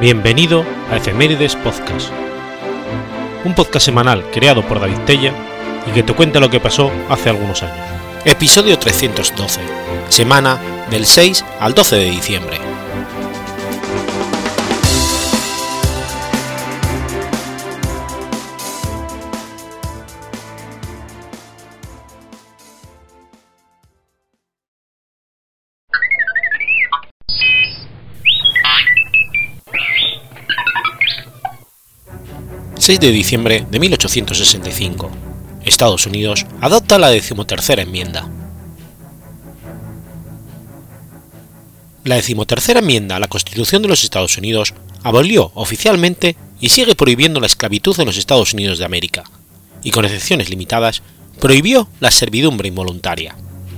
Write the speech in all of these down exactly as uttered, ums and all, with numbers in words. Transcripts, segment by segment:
Bienvenido a Efemérides Podcast, un podcast semanal creado por David Tella y que te cuenta lo que pasó hace algunos años. Episodio trescientos doce, semana del seis al doce de diciembre. seis de diciembre de mil ochocientos sesenta y cinco. Estados Unidos adopta la decimotercera enmienda. La decimotercera enmienda a la Constitución de los Estados Unidos abolió oficialmente y sigue prohibiendo la esclavitud en los Estados Unidos de América, y con excepciones limitadas, prohibió la servidumbre involuntaria.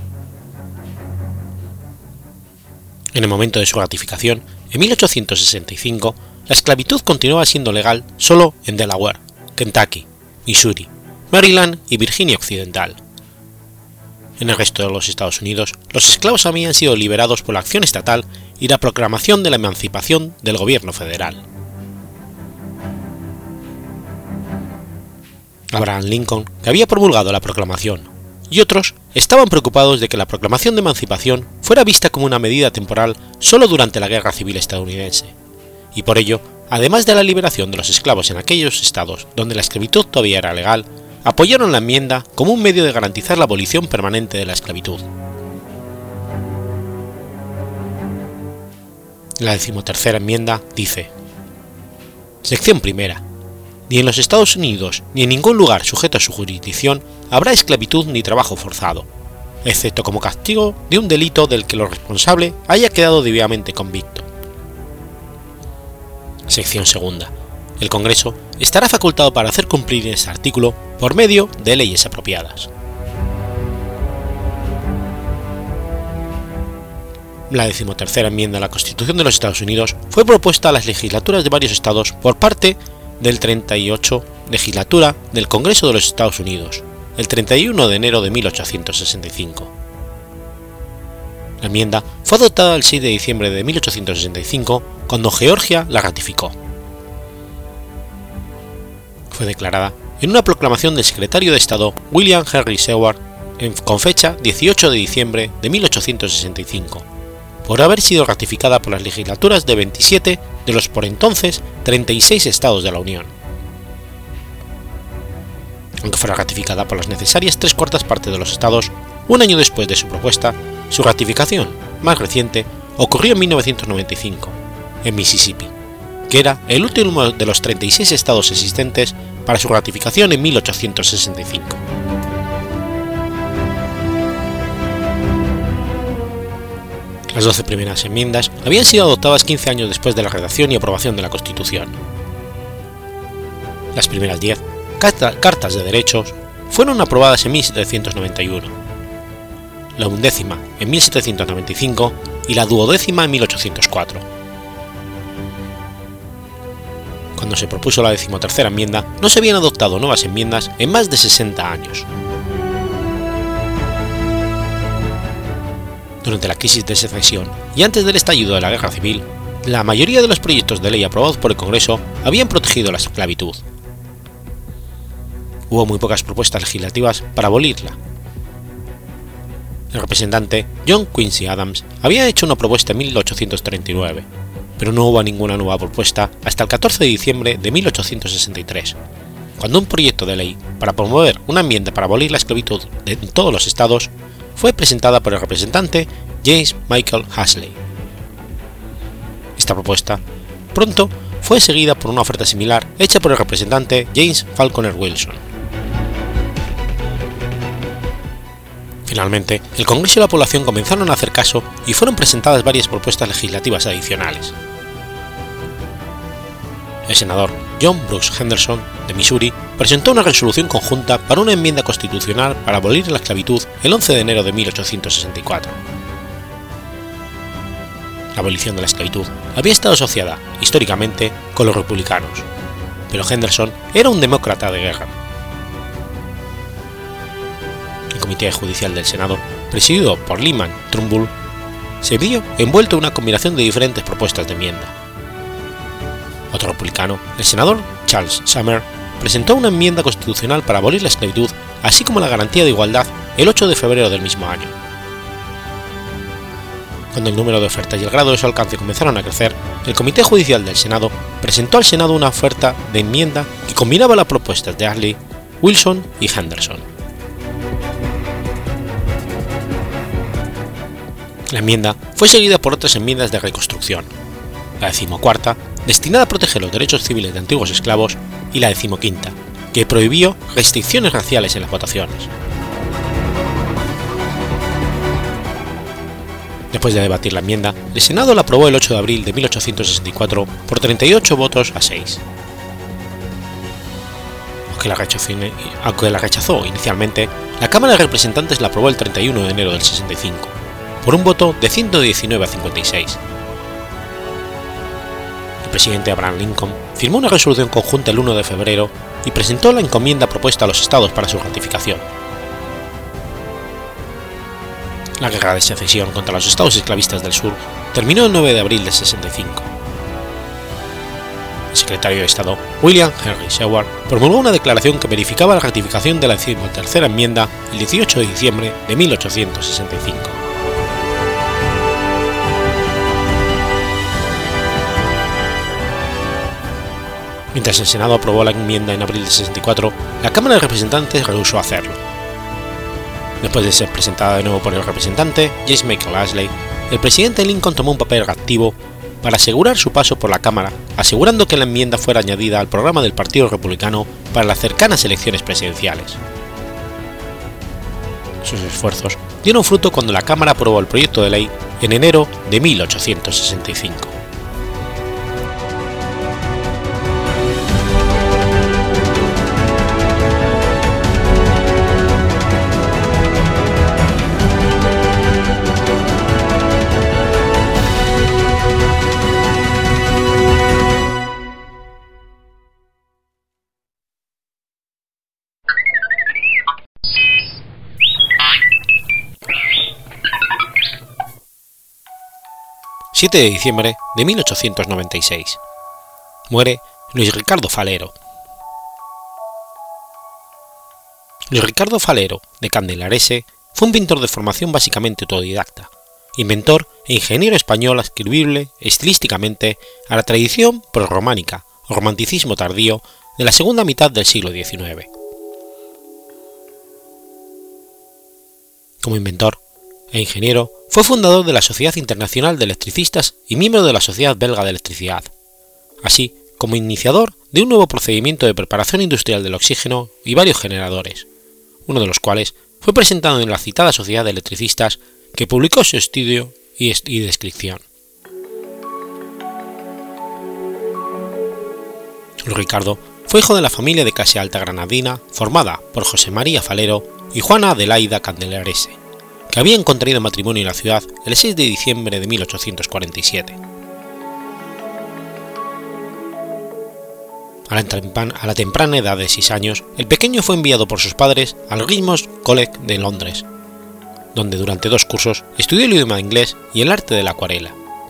En el momento de su ratificación, en mil ochocientos sesenta y cinco, la esclavitud continuaba siendo legal solo en Delaware, Kentucky, Missouri, Maryland y Virginia Occidental. En el resto de los Estados Unidos, los esclavos habían sido liberados por la acción estatal y la proclamación de la emancipación del gobierno federal. Abraham Lincoln, que había promulgado la proclamación, y otros estaban preocupados de que la proclamación de emancipación fuera vista como una medida temporal solo durante la Guerra Civil estadounidense, y por ello, además de la liberación de los esclavos en aquellos estados donde la esclavitud todavía era legal, apoyaron la enmienda como un medio de garantizar la abolición permanente de la esclavitud. La decimotercera enmienda dice: Sección primera. Ni en los Estados Unidos ni en ningún lugar sujeto a su jurisdicción habrá esclavitud ni trabajo forzado, excepto como castigo de un delito del que lo responsable haya quedado debidamente convicto. Sección segunda. El Congreso estará facultado para hacer cumplir este artículo por medio de leyes apropiadas. La decimotercera enmienda a la Constitución de los Estados Unidos fue propuesta a las legislaturas de varios estados por parte del treinta y ocho legislatura del Congreso de los Estados Unidos, el treinta y uno de enero de mil ochocientos sesenta y cinco. La enmienda fue adoptada el seis de diciembre de mil ochocientos sesenta y cinco, cuando Georgia la ratificó. Fue declarada en una proclamación del secretario de Estado William Henry Seward con fecha dieciocho de diciembre de mil ochocientos sesenta y cinco, por haber sido ratificada por las legislaturas de veintisiete de los por entonces treinta y seis estados de la Unión. Aunque fuera ratificada por las necesarias tres cuartas partes de los estados, un año después de su propuesta, su ratificación, más reciente, ocurrió en mil novecientos noventa y cinco, en Mississippi, que era el último de los treinta y seis estados existentes para su ratificación en mil ochocientos sesenta y cinco. Las doce primeras enmiendas habían sido adoptadas quince años después de la redacción y aprobación de la Constitución. Las primeras diez cartas de derechos fueron aprobadas en mil setecientos noventa y uno, la undécima en mil setecientos noventa y cinco y la duodécima en mil ochocientos cuatro. Cuando se propuso la decimotercera enmienda, no se habían adoptado nuevas enmiendas en más de sesenta años. Durante la crisis de secesión y antes del estallido de la Guerra Civil, la mayoría de los proyectos de ley aprobados por el Congreso habían protegido la esclavitud. Hubo muy pocas propuestas legislativas para abolirla. El representante John Quincy Adams había hecho una propuesta en mil ochocientos treinta y nueve, pero no hubo ninguna nueva propuesta hasta el catorce de diciembre de mil ochocientos sesenta y tres, cuando un proyecto de ley para promover una enmienda para abolir la esclavitud en todos los estados fue presentada por el representante James Michael Hasley. Esta propuesta pronto fue seguida por una oferta similar hecha por el representante James Falconer Wilson. Finalmente, el Congreso y la población comenzaron a hacer caso y fueron presentadas varias propuestas legislativas adicionales. El senador John Brooks Henderson, de Missouri, presentó una resolución conjunta para una enmienda constitucional para abolir la esclavitud el once de enero de mil ochocientos sesenta y cuatro. La abolición de la esclavitud había estado asociada, históricamente, con los republicanos, pero Henderson era un demócrata de guerra. El Comité Judicial del Senado, presidido por Lyman Trumbull, se vio envuelto en una combinación de diferentes propuestas de enmienda. Otro republicano, el senador Charles Sumner, presentó una enmienda constitucional para abolir la esclavitud, así como la garantía de igualdad, el ocho de febrero del mismo año. Cuando el número de ofertas y el grado de su alcance comenzaron a crecer, el Comité Judicial del Senado presentó al Senado una oferta de enmienda que combinaba las propuestas de Ashley, Wilson y Henderson. La enmienda fue seguida por otras enmiendas de reconstrucción, la decimocuarta, destinada a proteger los derechos civiles de antiguos esclavos, y la decimoquinta, que prohibió restricciones raciales en las votaciones. Después de debatir la enmienda, el Senado la aprobó el ocho de abril de mil ochocientos sesenta y cuatro por treinta y ocho votos a seis. Aunque la, rechazó, aunque la rechazó inicialmente, la Cámara de Representantes la aprobó el treinta y uno de enero del sesenta y cinco, por un voto de ciento diecinueve a cincuenta y seis. El presidente Abraham Lincoln firmó una resolución conjunta el uno de febrero y presentó la encomienda propuesta a los estados para su ratificación. La guerra de secesión contra los estados esclavistas del sur terminó el nueve de abril del sesenta y cinco. El secretario de Estado, William Henry Seward, promulgó una declaración que verificaba la ratificación de la decimotercera enmienda el dieciocho de diciembre de mil ochocientos sesenta y cinco. Mientras el Senado aprobó la enmienda en abril de sesenta y cuatro, la Cámara de Representantes rehusó hacerlo. Después de ser presentada de nuevo por el representante James Michael Ashley, el presidente Lincoln tomó un papel activo para asegurar su paso por la Cámara, asegurando que la enmienda fuera añadida al programa del Partido Republicano para las cercanas elecciones presidenciales. Sus esfuerzos dieron fruto cuando la Cámara aprobó el proyecto de ley en enero de mil ochocientos sesenta y cinco. siete de diciembre de mil ochocientos noventa y seis. Muere Luis Ricardo Falero. Luis Ricardo Falero, de Candelarese, fue un pintor de formación básicamente autodidacta, inventor e ingeniero español adscribible estilísticamente a la tradición prorrománica o romanticismo tardío de la segunda mitad del siglo diecinueve. Como inventor e ingeniero, fue fundador de la Sociedad Internacional de Electricistas y miembro de la Sociedad Belga de Electricidad, así como iniciador de un nuevo procedimiento de preparación industrial del oxígeno y varios generadores, uno de los cuales fue presentado en la citada Sociedad de Electricistas, que publicó su estudio y, y descripción. Luis Ricardo fue hijo de la familia de clase alta granadina formada por José María Falero y Juana Adelaida Candelarese, que habían contraído matrimonio en la ciudad el seis de diciembre de mil ochocientos cuarenta y siete. A la, a la temprana edad de seis años, el pequeño fue enviado por sus padres al Regent's College de Londres, donde durante dos cursos estudió el idioma inglés y el arte de la acuarela.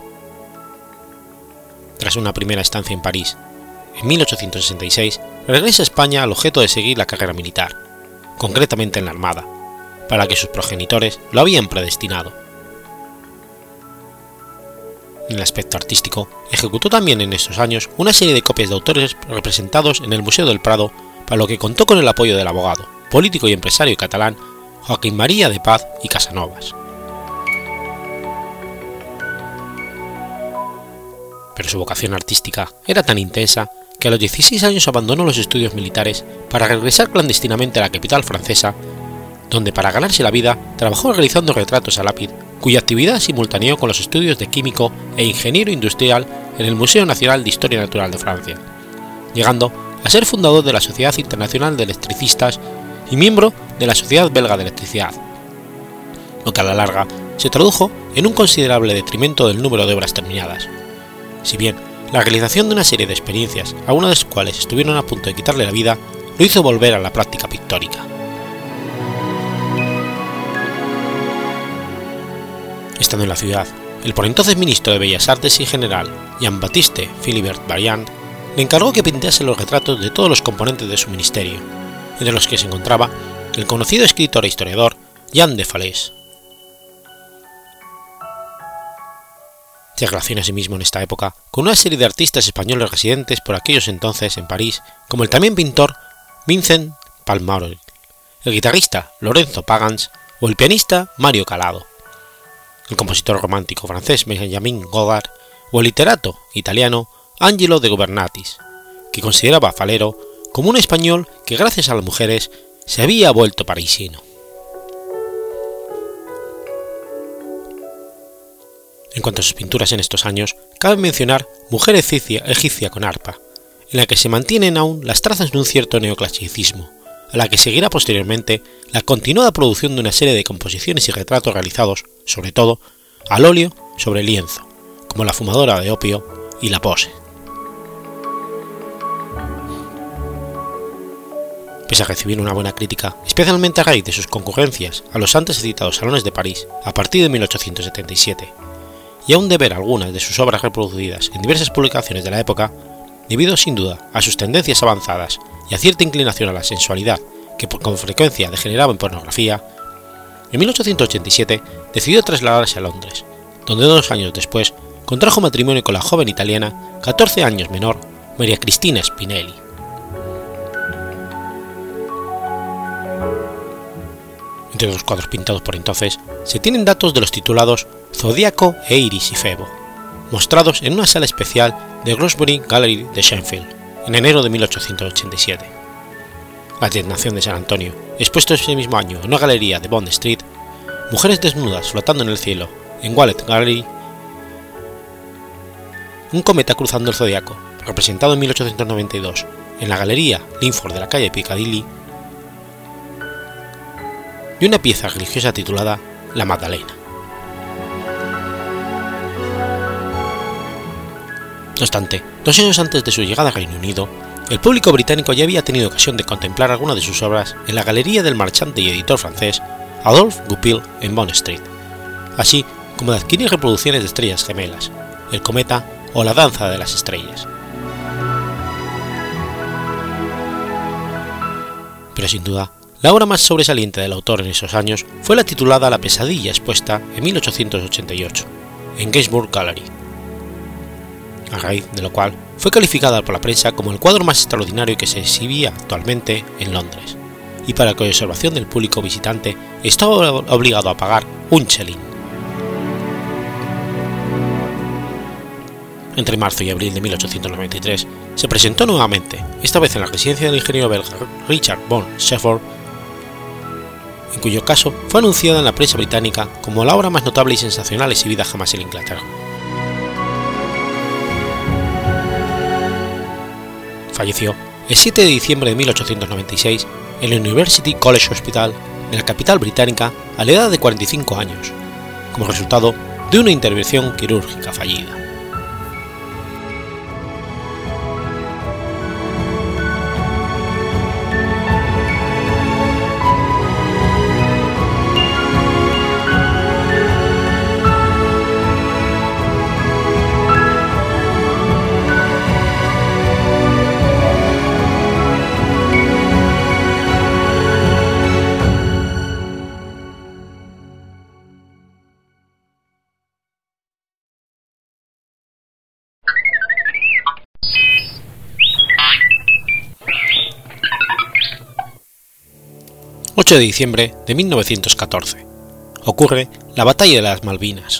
Tras una primera estancia en París, en mil ochocientos sesenta y seis, regresa a España al objeto de seguir la carrera militar, concretamente en la Armada, para la que sus progenitores lo habían predestinado. En el aspecto artístico, ejecutó también en estos años una serie de copias de autores representados en el Museo del Prado, para lo que contó con el apoyo del abogado, político y empresario catalán Joaquín María de Paz y Casanovas. Pero su vocación artística era tan intensa que a los dieciséis años abandonó los estudios militares para regresar clandestinamente a la capital francesa, donde para ganarse la vida trabajó realizando retratos a lápiz, cuya actividad simultaneó con los estudios de químico e ingeniero industrial en el Museo Nacional de Historia Natural de Francia, llegando a ser fundador de la Sociedad Internacional de Electricistas y miembro de la Sociedad Belga de Electricidad, lo que a la larga se tradujo en un considerable detrimento del número de obras terminadas, si bien la realización de una serie de experiencias, algunas de las cuales estuvieron a punto de quitarle la vida, lo hizo volver a la práctica pictórica. Estando en la ciudad, el por entonces ministro de Bellas Artes y general Jean-Baptiste Philibert Varian le encargó que pintase los retratos de todos los componentes de su ministerio, entre los que se encontraba el conocido escritor e historiador Jean de Falaise. Se relaciona asimismo en esta época con una serie de artistas españoles residentes por aquellos entonces en París, como el también pintor Vincent Palmaroy, el guitarrista Lorenzo Pagans o el pianista Mario Calado, el compositor romántico francés Benjamin Godard o el literato italiano Angelo de Gubernatis, que consideraba a Falero como un español que gracias a las mujeres se había vuelto parisino. En cuanto a sus pinturas en estos años, cabe mencionar Mujer egipcia, egipcia con arpa, en la que se mantienen aún las trazas de un cierto neoclasicismo, a la que seguirá posteriormente la continuada producción de una serie de composiciones y retratos realizados, sobre todo, al óleo sobre lienzo, como La fumadora de opio y La pose. Pese a recibir una buena crítica, especialmente a raíz de sus concurrencias a los antes citados salones de París a partir de mil ochocientos setenta y siete, y aún de ver algunas de sus obras reproducidas en diversas publicaciones de la época, debido sin duda a sus tendencias avanzadas y a cierta inclinación a la sensualidad que con frecuencia degeneraba en pornografía, en mil ochocientos ochenta y siete decidió trasladarse a Londres, donde dos años después contrajo matrimonio con la joven italiana, catorce años menor, María Cristina Spinelli. Entre los cuadros pintados por entonces se tienen datos de los titulados Zodíaco e Iris y Febo, mostrados en una sala especial de Glastonbury Gallery de Sheffield en enero de mil ochocientos ochenta y siete. La Tentación de San Antonio, expuesto ese mismo año en una galería de Bond Street, Mujeres desnudas flotando en el cielo en Wallet Gallery, Un cometa cruzando el zodiaco, representado en mil ochocientos noventa y dos en la galería Linford de la calle Piccadilly, y una pieza religiosa titulada La Magdalena. No obstante, dos años antes de su llegada al Reino Unido, el público británico ya había tenido ocasión de contemplar algunas de sus obras en la galería del marchante y editor francés Adolphe Goupil en Bond Street, así como de adquirir reproducciones de Estrellas Gemelas, El Cometa o La Danza de las Estrellas. Pero sin duda, la obra más sobresaliente del autor en esos años fue la titulada La Pesadilla, expuesta en mil ochocientos ochenta y ocho en Gainsborough Gallery, a raíz de lo cual fue calificada por la prensa como el cuadro más extraordinario que se exhibía actualmente en Londres, y para cuya observación del público visitante estaba obligado a pagar un chelín. Entre marzo y abril de mil ochocientos noventa y tres se presentó nuevamente, esta vez en la residencia del ingeniero belga Richard von Shefford, en cuyo caso fue anunciada en la prensa británica como la obra más notable y sensacional exhibida jamás en Inglaterra. Falleció el siete de diciembre de mil ochocientos noventa y seis en el University College Hospital de la capital británica a la edad de cuarenta y cinco años, como resultado de una intervención quirúrgica fallida. ocho de diciembre de mil novecientos catorce. Ocurre la Batalla de las Malvinas.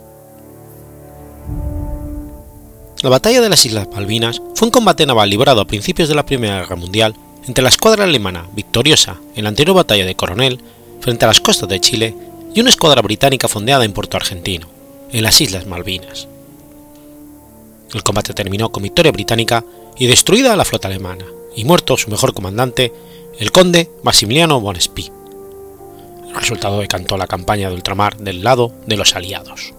La Batalla de las Islas Malvinas fue un combate naval librado a principios de la Primera Guerra Mundial entre la escuadra alemana victoriosa en la anterior batalla de Coronel frente a las costas de Chile y una escuadra británica fondeada en Puerto Argentino, en las Islas Malvinas. El combate terminó con victoria británica y destruida la flota alemana, y muerto su mejor comandante, el conde Maximiliano von Spee. El resultado decantó la campaña de ultramar del lado de los aliados.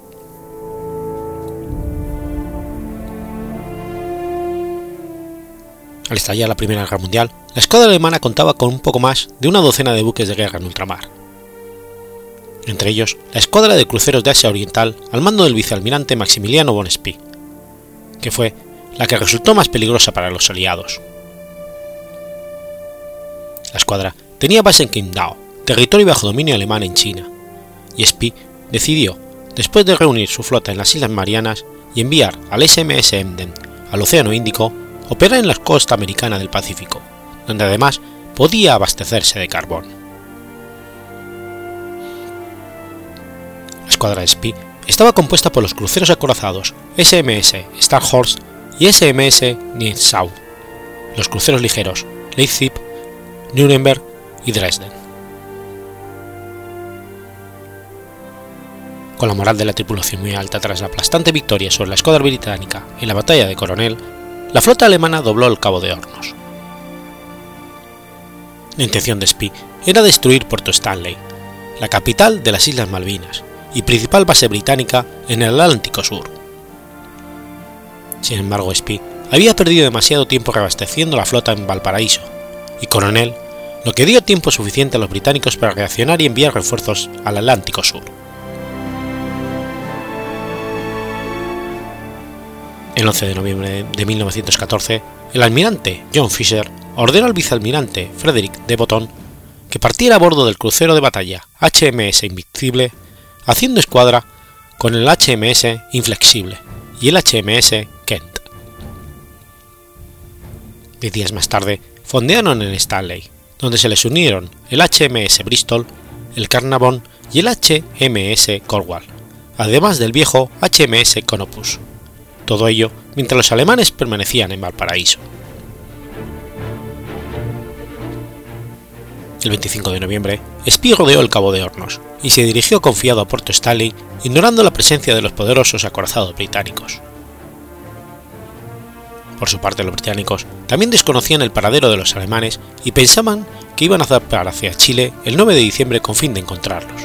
Al estallar la Primera Guerra Mundial, la escuadra alemana contaba con un poco más de una docena de buques de guerra en ultramar. Entre ellos, la escuadra de cruceros de Asia Oriental al mando del vicealmirante Maximiliano von Spee, que fue la que resultó más peligrosa para los aliados. La escuadra tenía base en Qingdao, territorio bajo dominio alemán en China, y Spee decidió, después de reunir su flota en las Islas Marianas y enviar al ese eme ese Emden al Océano Índico, operar en la costa americana del Pacífico, donde además podía abastecerse de carbón. La escuadra de Spee estaba compuesta por los cruceros acorazados ese eme ese Starhorst y ese eme ese Niensau, los cruceros ligeros Leipzig, Nuremberg y Dresden. Con la moral de la tripulación muy alta tras la aplastante victoria sobre la escuadra británica en la batalla de Coronel, la flota alemana dobló el Cabo de Hornos. La intención de Spee era destruir Puerto Stanley, la capital de las Islas Malvinas y principal base británica en el Atlántico Sur. Sin embargo, Spee había perdido demasiado tiempo reabasteciendo la flota en Valparaíso, y Coronel, lo que dio tiempo suficiente a los británicos para reaccionar y enviar refuerzos al Atlántico Sur. El once de noviembre de mil novecientos catorce, el almirante John Fisher ordenó al vicealmirante Frederick de Botton que partiera a bordo del crucero de batalla hache eme ese Invincible, haciendo escuadra con el hache eme ese Inflexible y el hache eme ese Kent. Diez días más tarde fondearon en Stanley, donde se les unieron el hache eme ese Bristol, el Carnarvon y el hache eme ese Cornwall, además del viejo hache eme ese Canopus. Todo ello mientras los alemanes permanecían en Valparaíso. El veinticinco de noviembre, Spee rodeó el Cabo de Hornos y se dirigió confiado a Puerto Stanley, ignorando la presencia de los poderosos acorazados británicos. Por su parte, los británicos también desconocían el paradero de los alemanes y pensaban que iban a zarpar hacia Chile el nueve de diciembre con fin de encontrarlos.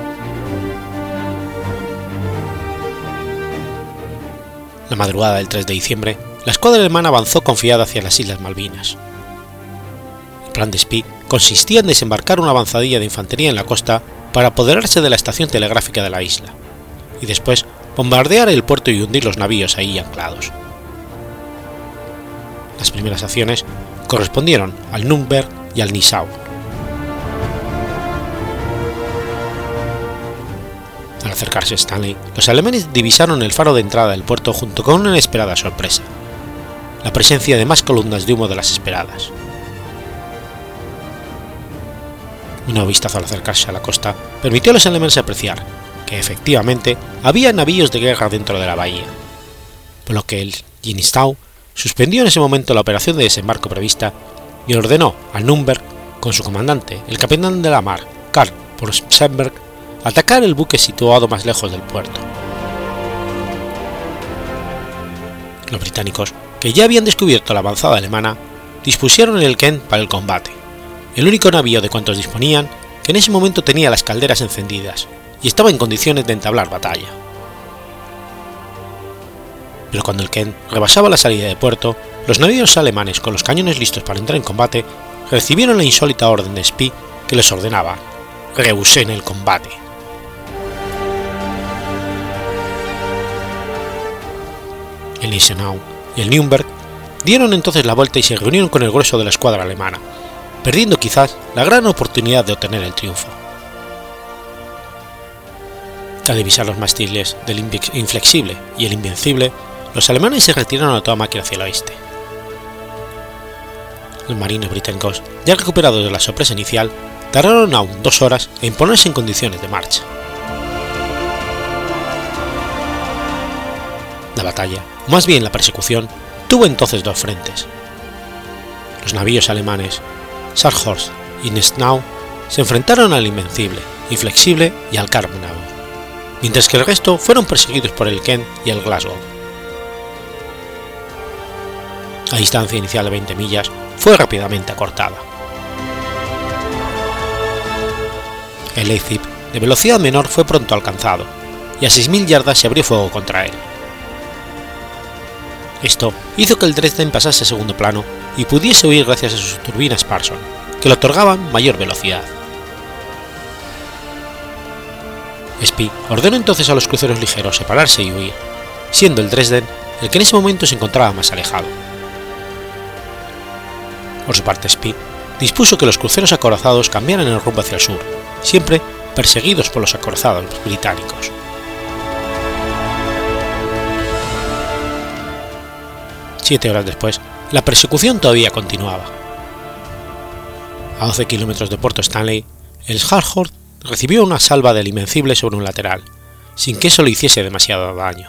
La madrugada del tres de diciembre, la escuadra alemana avanzó confiada hacia las Islas Malvinas. El plan de Spee consistía en desembarcar una avanzadilla de infantería en la costa para apoderarse de la estación telegráfica de la isla, y después bombardear el puerto y hundir los navíos ahí anclados. Las primeras acciones correspondieron al Nürnberg y al Nassau. Al acercarse a Stanley, los alemanes divisaron el faro de entrada del puerto junto con una inesperada sorpresa: la presencia de más columnas de humo de las esperadas. Un nuevo vistazo al acercarse a la costa permitió a los alemanes apreciar que efectivamente había navíos de guerra dentro de la bahía, por lo que el Jenistau suspendió en ese momento la operación de desembarco prevista y ordenó al Nürnberg, con su comandante, el capitán de la mar, Karl Ponsberg, atacar el buque situado más lejos del puerto. Los británicos, que ya habían descubierto la avanzada alemana, dispusieron el Kent para el combate, el único navío de cuantos disponían que en ese momento tenía las calderas encendidas y estaba en condiciones de entablar batalla. Pero cuando el Kent rebasaba la salida de puerto, los navíos alemanes con los cañones listos para entrar en combate recibieron la insólita orden de Spee que les ordenaba: rehúsen el combate. El Gneisenau y el Nürnberg dieron entonces la vuelta y se reunieron con el grueso de la escuadra alemana, perdiendo quizás la gran oportunidad de obtener el triunfo. Al divisar los mástiles del Inflexible y el Invencible, los alemanes se retiraron a toda máquina hacia el oeste. Los marines británicos, ya recuperados de la sorpresa inicial, tardaron aún dos horas en ponerse en condiciones de marcha. La batalla, o más bien la persecución, tuvo entonces dos frentes. Los navíos alemanes Scharnhorst y Gneisenau se enfrentaron al Invencible, Inflexible y al Carnarvon, mientras que el resto fueron perseguidos por el Kent y el Glasgow. La distancia inicial de veinte millas fue rápidamente acortada. El Leipzig, de velocidad menor, fue pronto alcanzado, y a seis mil yardas se abrió fuego contra él. Esto hizo que el Dresden pasase a segundo plano y pudiese huir gracias a sus turbinas Parson, que le otorgaban mayor velocidad. Spee ordenó entonces a los cruceros ligeros separarse y huir, siendo el Dresden el que en ese momento se encontraba más alejado. Por su parte, Spee dispuso que los cruceros acorazados cambiaran el rumbo hacia el sur, siempre perseguidos por los acorazados británicos. Siete horas después, la persecución todavía continuaba. A doce kilómetros de Puerto Stanley, el Harcourt recibió una salva del Invencible sobre un lateral, sin que eso le hiciese demasiado daño.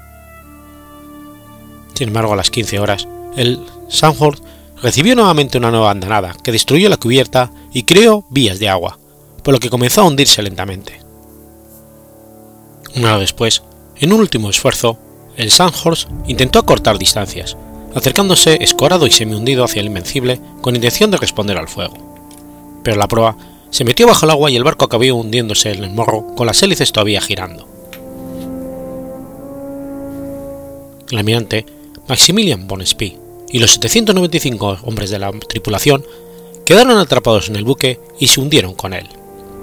Sin embargo, a las quince horas, el Sandhurst recibió nuevamente una nueva andanada que destruyó la cubierta y creó vías de agua, por lo que comenzó a hundirse lentamente. Una hora después, en un último esfuerzo, el Sandhurst intentó acortar distancias, acercándose escorado y semi-hundido hacia el Invencible con intención de responder al fuego. Pero la proa se metió bajo el agua y el barco acabó hundiéndose en el morro con las hélices todavía girando. El almirante Maximilian von Spee y los setecientos noventa y cinco hombres de la tripulación quedaron atrapados en el buque y se hundieron con él.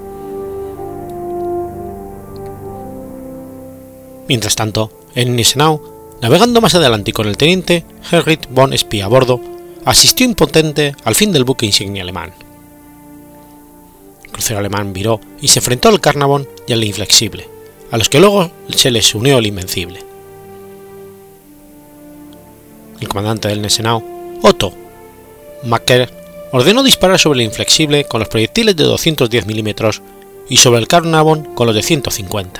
Mientras tanto, en Gneisenau, navegando más adelante y con el teniente Heinrich von Spee a bordo, asistió impotente al fin del buque insignia alemán. El crucero alemán viró y se enfrentó al Carnarvon y al Inflexible, a los que luego se les unió el Invencible. El comandante del Gneisenau, Otto Macker, ordenó disparar sobre el Inflexible con los proyectiles de doscientos diez milímetros y sobre el Carnarvon con los de ciento cincuenta.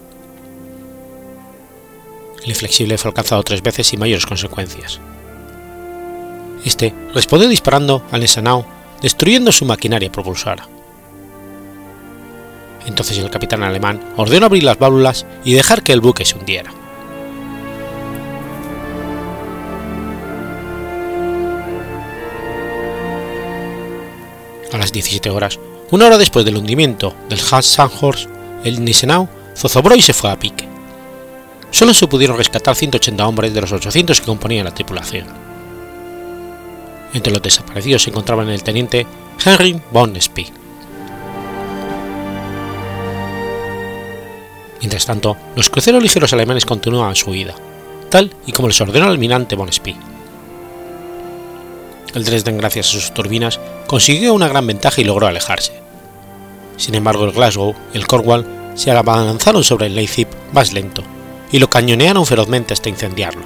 El Inflexible fue alcanzado tres veces sin mayores consecuencias. Este respondió disparando al Gneisenau, destruyendo su maquinaria propulsora. Entonces el capitán alemán ordenó abrir las válvulas y dejar que el buque se hundiera. A las diecisiete horas, una hora después del hundimiento del Sandhurst, el Gneisenau zozobró y se fue a pique. Solo se pudieron rescatar ciento ochenta hombres de los ochocientos que componían la tripulación. Entre los desaparecidos se encontraban el teniente Heinrich von Spee. Mientras tanto, los cruceros ligeros alemanes continuaban su huida, tal y como les ordenó el almirante von Spee. El Dresden, gracias a sus turbinas, consiguió una gran ventaja y logró alejarse. Sin embargo, el Glasgow y el Cornwall se abalanzaron sobre el Leipzig más lento y lo cañonearon ferozmente hasta incendiarlo.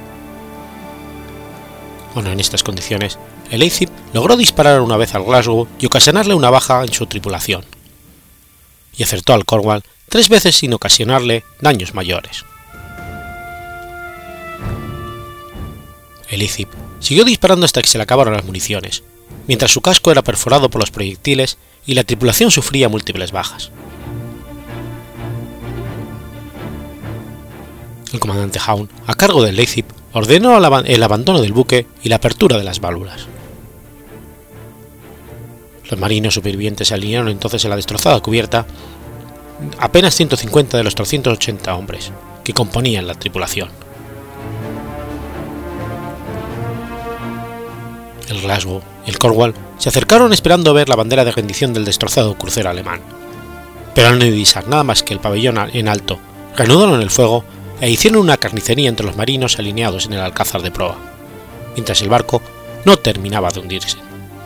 Bueno, en estas condiciones, el Leipzig logró disparar una vez al Glasgow y ocasionarle una baja en su tripulación, y acertó al Cornwall tres veces sin ocasionarle daños mayores. El Leipzig siguió disparando hasta que se le acabaron las municiones, mientras su casco era perforado por los proyectiles y la tripulación sufría múltiples bajas. El comandante Haun, a cargo del Leipzig, ordenó el abandono del buque y la apertura de las válvulas. Los marinos supervivientes se alinearon entonces en la destrozada cubierta, apenas ciento cincuenta de los trescientos ochenta hombres que componían la tripulación. El Glasgow y el Cornwall se acercaron esperando ver la bandera de rendición del destrozado crucero alemán, pero al no divisar nada más que el pabellón en alto, reanudaron el fuego e hicieron una carnicería entre los marinos alineados en el alcázar de proa, mientras el barco no terminaba de hundirse.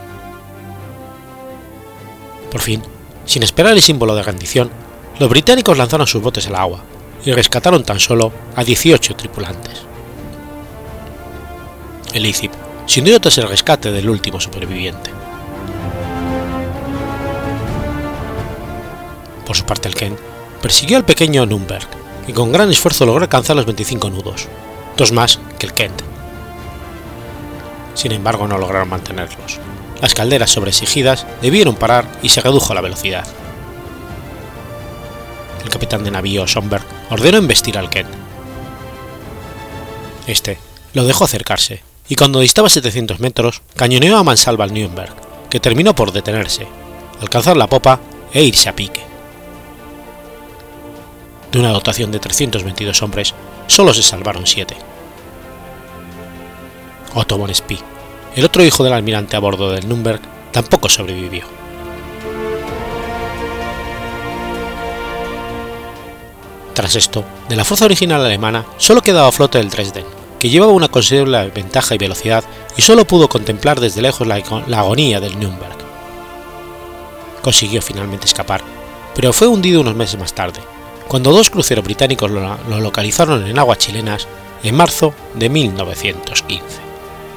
Por fin, sin esperar el símbolo de rendición, los británicos lanzaron sus botes al agua y rescataron tan solo a dieciocho tripulantes. El Leipzig se hundió tras el rescate del último superviviente. Por su parte, el Kent persiguió al pequeño Nürnberg y con gran esfuerzo logró alcanzar los veinticinco nudos, dos más que el Kent. Sin embargo, no lograron mantenerlos. Las calderas sobreexigidas debieron parar y se redujo la velocidad. El capitán de navío Schomberg ordenó embestir al Kent. Este lo dejó acercarse y cuando distaba setecientos metros cañoneó a mansalva al Nürnberg, que terminó por detenerse, alcanzar la popa e irse a pique. De una dotación de trescientos veintidós hombres, solo se salvaron siete. Otto von Spee, el otro hijo del almirante a bordo del Nürnberg, tampoco sobrevivió. Tras esto, de la fuerza original alemana solo quedaba a flote el Dresden, que llevaba una considerable ventaja y velocidad y solo pudo contemplar desde lejos la, la agonía del Nürnberg. Consiguió finalmente escapar, pero fue hundido unos meses más tarde, cuando dos cruceros británicos lo, lo localizaron en aguas chilenas en marzo de mil novecientos quince.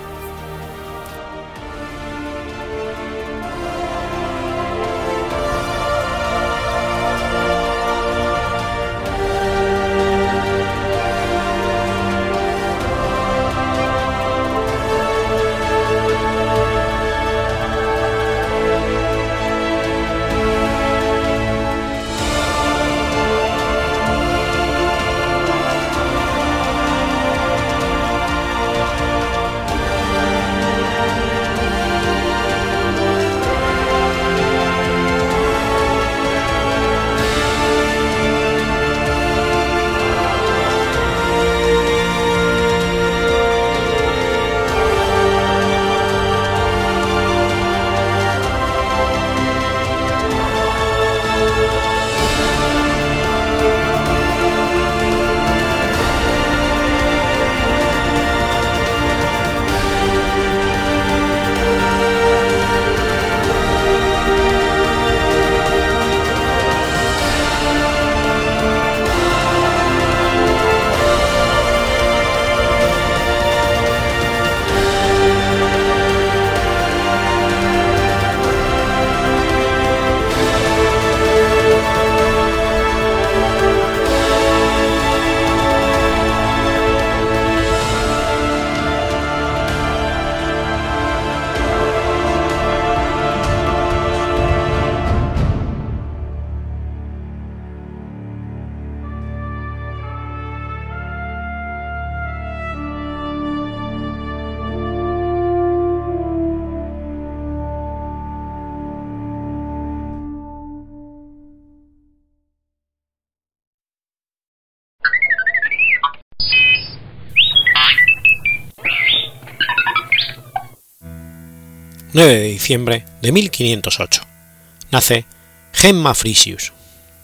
nueve de diciembre de mil quinientos ocho. Nace Gemma Frisius.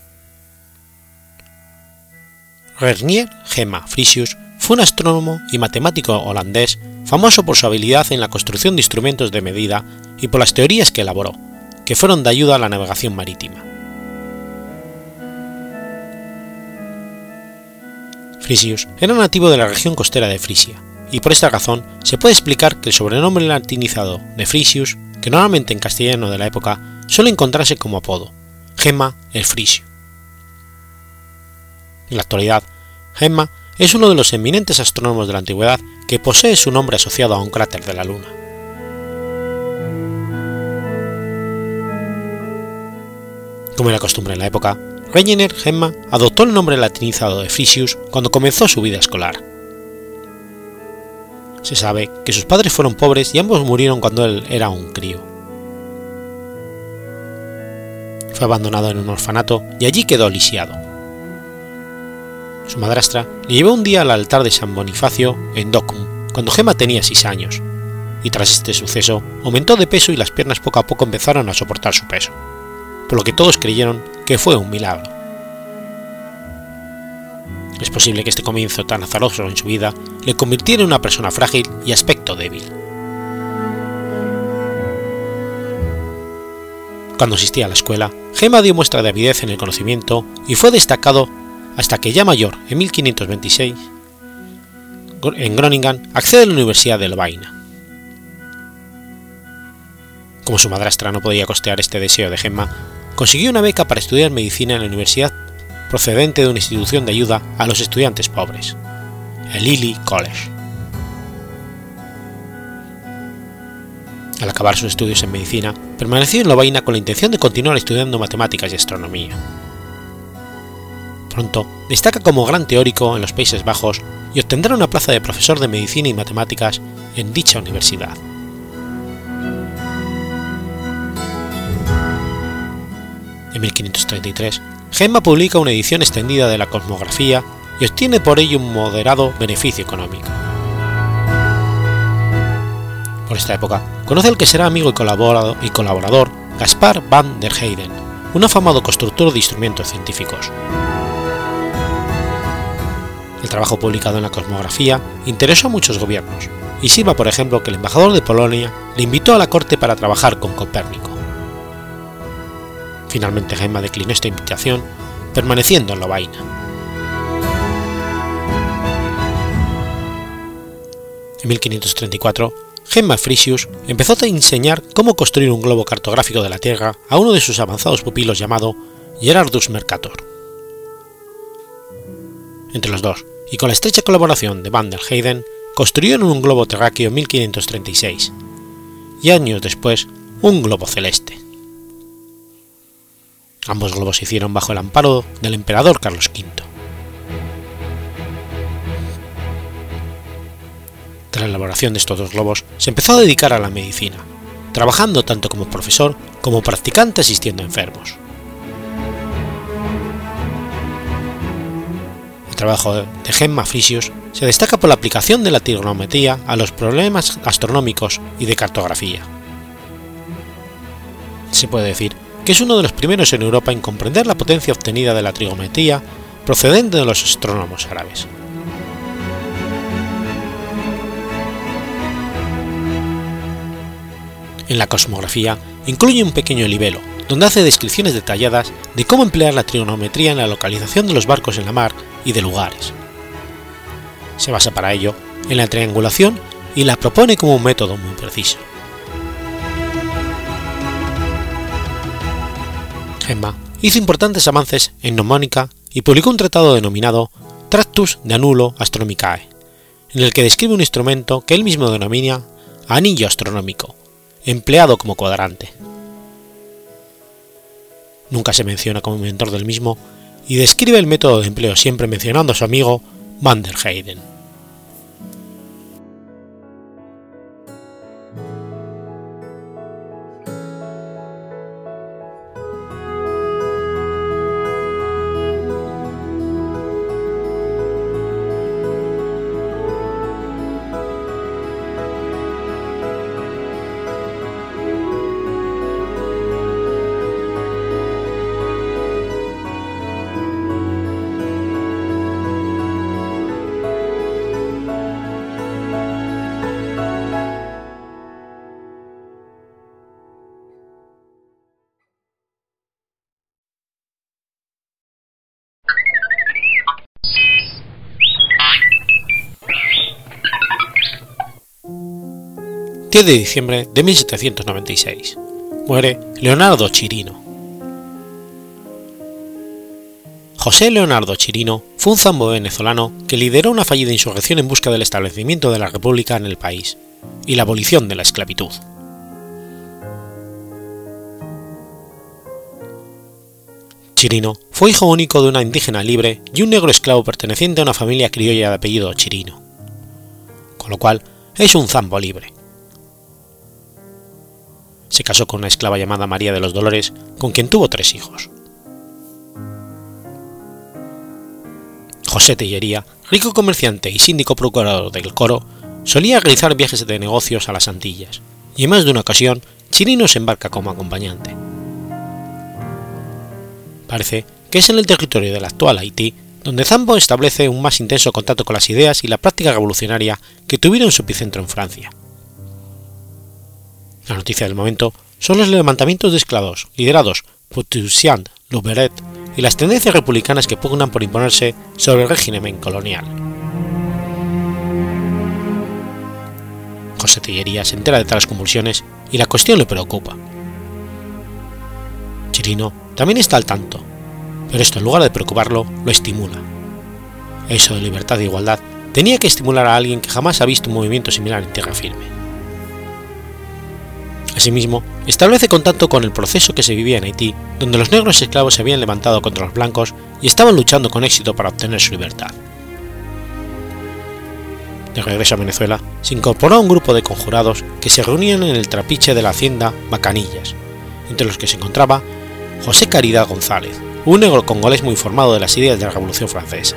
Reinier Gemma Frisius fue un astrónomo y matemático holandés famoso por su habilidad en la construcción de instrumentos de medida y por las teorías que elaboró, que fueron de ayuda a la navegación marítima. Frisius era nativo de la región costera de Frisia, y por esta razón se puede explicar que el sobrenombre latinizado de Frisius, que normalmente en castellano de la época suele encontrarse como apodo, Gemma el Frisio. En la actualidad, Gemma es uno de los eminentes astrónomos de la antigüedad que posee su nombre asociado a un cráter de la Luna. Como era costumbre en la época, Reinier Gemma adoptó el nombre latinizado de Frisius cuando comenzó su vida escolar. Se sabe que sus padres fueron pobres y ambos murieron cuando él era un crío. Fue abandonado en un orfanato y allí quedó lisiado. Su madrastra le llevó un día al altar de San Bonifacio en Docum, cuando Gemma tenía seis años, y tras este suceso aumentó de peso y las piernas poco a poco empezaron a soportar su peso, por lo que todos creyeron que fue un milagro. Es posible que este comienzo tan azaroso en su vida le convirtiera en una persona frágil y aspecto débil. Cuando asistía a la escuela, Gemma dio muestra de avidez en el conocimiento y fue destacado hasta que ya mayor, en mil quinientos veintiséis, en Groningen, accede a la Universidad de Lovaina. Como su madrastra no podía costear este deseo de Gemma, consiguió una beca para estudiar medicina en la universidad procedente de una institución de ayuda a los estudiantes pobres, el Lily College. Al acabar sus estudios en medicina, permaneció en Lovaina con la intención de continuar estudiando matemáticas y astronomía. Pronto destaca como gran teórico en los Países Bajos y obtendrá una plaza de profesor de medicina y matemáticas en dicha universidad. En mil quinientos treinta y tres, Gemma publica una edición extendida de la cosmografía y obtiene por ello un moderado beneficio económico. Por esta época, conoce al que será amigo y colaborador, y colaborador Gaspar van der Heyden, un afamado constructor de instrumentos científicos. El trabajo publicado en la Cosmografía interesó a muchos gobiernos, y sirva por ejemplo que el embajador de Polonia le invitó a la corte para trabajar con Copérnico. Finalmente Gemma declinó esta invitación, permaneciendo en Lovaina. En mil quinientos treinta y cuatro, Gemma Frisius empezó a enseñar cómo construir un globo cartográfico de la Tierra a uno de sus avanzados pupilos llamado Gerardus Mercator. Entre los dos, y con la estrecha colaboración de van der Heyden, construyeron un globo terráqueo en mil quinientos treinta y seis, y años después un globo celeste. Ambos globos se hicieron bajo el amparo del emperador Carlos quinto. Tras la elaboración de estos dos globos, se empezó a dedicar a la medicina, trabajando tanto como profesor como practicante asistiendo a enfermos. El trabajo de Gemma Frisius se destaca por la aplicación de la trigonometría a los problemas astronómicos y de cartografía. Se puede decir que es uno de los primeros en Europa en comprender la potencia obtenida de la trigonometría procedente de los astrónomos árabes. En la Cosmografía incluye un pequeño libelo, donde hace descripciones detalladas de cómo emplear la trigonometría en la localización de los barcos en la mar y de lugares. Se basa para ello en la triangulación y la propone como un método muy preciso. Gemma hizo importantes avances en mnemónica y publicó un tratado denominado Tractus de Annulo Astronomicae, en el que describe un instrumento que él mismo denomina anillo astronómico, empleado como cuadrante. Nunca se menciona como inventor del mismo y describe el método de empleo siempre mencionando a su amigo van der Heyden. diez de diciembre de mil setecientos noventa y seis. Muere Leonardo Chirino. José Leonardo Chirino fue un zambo venezolano que lideró una fallida insurrección en busca del establecimiento de la República en el país y la abolición de la esclavitud. Chirino fue hijo único de una indígena libre y un negro esclavo perteneciente a una familia criolla de apellido Chirino, con lo cual es un zambo libre. Se casó con una esclava llamada María de los Dolores, con quien tuvo tres hijos. José Tellería, rico comerciante y síndico procurador del Coro, solía realizar viajes de negocios a las Antillas, y en más de una ocasión Chirino se embarca como acompañante. Parece que es en el territorio del actual Haití donde Zambo establece un más intenso contacto con las ideas y la práctica revolucionaria que tuvieron su epicentro en Francia. La noticia del momento son los levantamientos de esclavos liderados por Toussaint Louverture y las tendencias republicanas que pugnan por imponerse sobre el régimen colonial. José Tellería se entera de tales convulsiones y la cuestión le preocupa. Chirino también está al tanto, pero esto en lugar de preocuparlo lo estimula. Eso de libertad e igualdad tenía que estimular a alguien que jamás ha visto un movimiento similar en tierra firme. Asimismo, establece contacto con el proceso que se vivía en Haití, donde los negros esclavos se habían levantado contra los blancos y estaban luchando con éxito para obtener su libertad. De regreso a Venezuela, se incorporó a un grupo de conjurados que se reunían en el trapiche de la hacienda Bacanillas, entre los que se encontraba José Caridad González, un negro congolés muy informado de las ideas de la Revolución Francesa.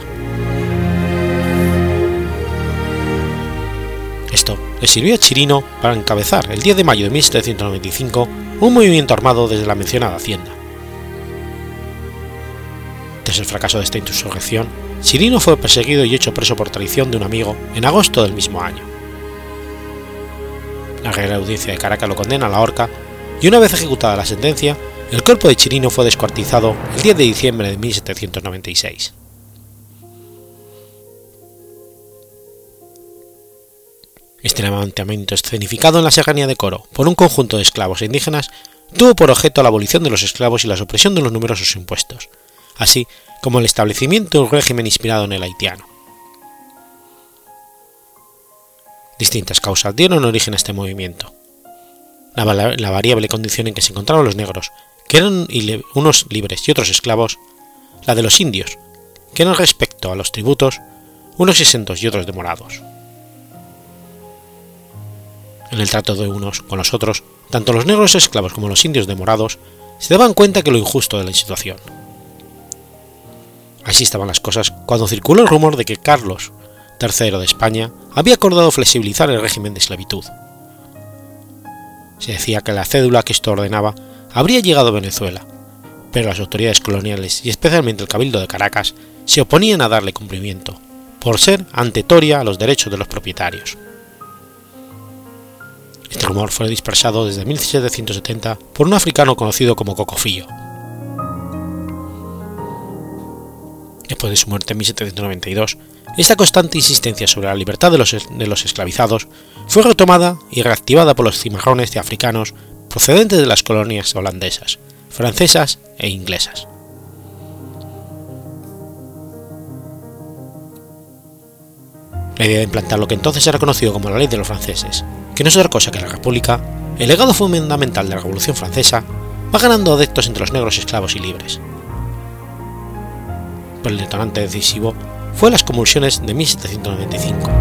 Esto le sirvió a Chirino para encabezar el diez de mayo de mil setecientos noventa y cinco un movimiento armado desde la mencionada hacienda. Tras el fracaso de esta insurrección, Chirino fue perseguido y hecho preso por traición de un amigo en agosto del mismo año. La Real Audiencia de Caracas lo condena a la horca y una vez ejecutada la sentencia, el cuerpo de Chirino fue descuartizado el diez de diciembre de mil setecientos noventa y seis. Este levantamiento escenificado en la serranía de Coro por un conjunto de esclavos e indígenas tuvo por objeto la abolición de los esclavos y la supresión de los numerosos impuestos, así como el establecimiento de un régimen inspirado en el haitiano. Distintas causas dieron origen a este movimiento. La, la variable condición en que se encontraban los negros, que eran unos libres y otros esclavos, la de los indios, que eran respecto a los tributos, unos exentos y otros demorados. En el trato de unos con los otros, tanto los negros esclavos como los indios demorados se daban cuenta de lo injusto de la situación. Así estaban las cosas cuando circuló el rumor de que Carlos tercero de España había acordado flexibilizar el régimen de esclavitud. Se decía que la cédula que esto ordenaba habría llegado a Venezuela, pero las autoridades coloniales y especialmente el Cabildo de Caracas se oponían a darle cumplimiento, por ser antetoria a los derechos de los propietarios. Este rumor fue dispersado desde mil setecientos setenta por un africano conocido como Cocofillo. Después de su muerte en mil setecientos noventa y dos, esta constante insistencia sobre la libertad de los, de los esclavizados fue retomada y reactivada por los cimarrones de africanos procedentes de las colonias holandesas, francesas e inglesas. La idea de implantar lo que entonces era conocido como la Ley de los Franceses, que no es otra cosa que la República, el legado fundamental de la Revolución Francesa, va ganando adeptos entre los negros esclavos y libres. Pero el detonante decisivo fue las convulsiones de mil setecientos noventa y cinco.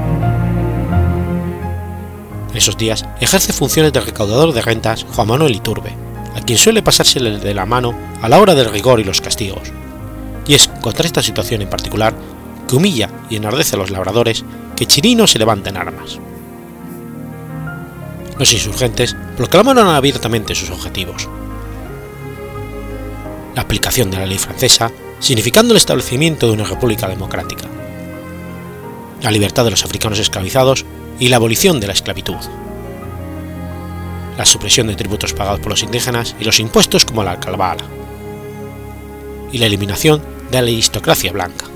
En esos días ejerce funciones de recaudador de rentas Juan Manuel Iturbe, a quien suele pasársele de la mano a la hora del rigor y los castigos, y es contra esta situación en particular, que humilla y enardece a los labradores, que Chirino se levanta en armas. Los insurgentes proclamaron abiertamente sus objetivos: la aplicación de la ley francesa, significando el establecimiento de una república democrática, la libertad de los africanos esclavizados y la abolición de la esclavitud, la supresión de tributos pagados por los indígenas y los impuestos como la alcabala, y la eliminación de la aristocracia blanca.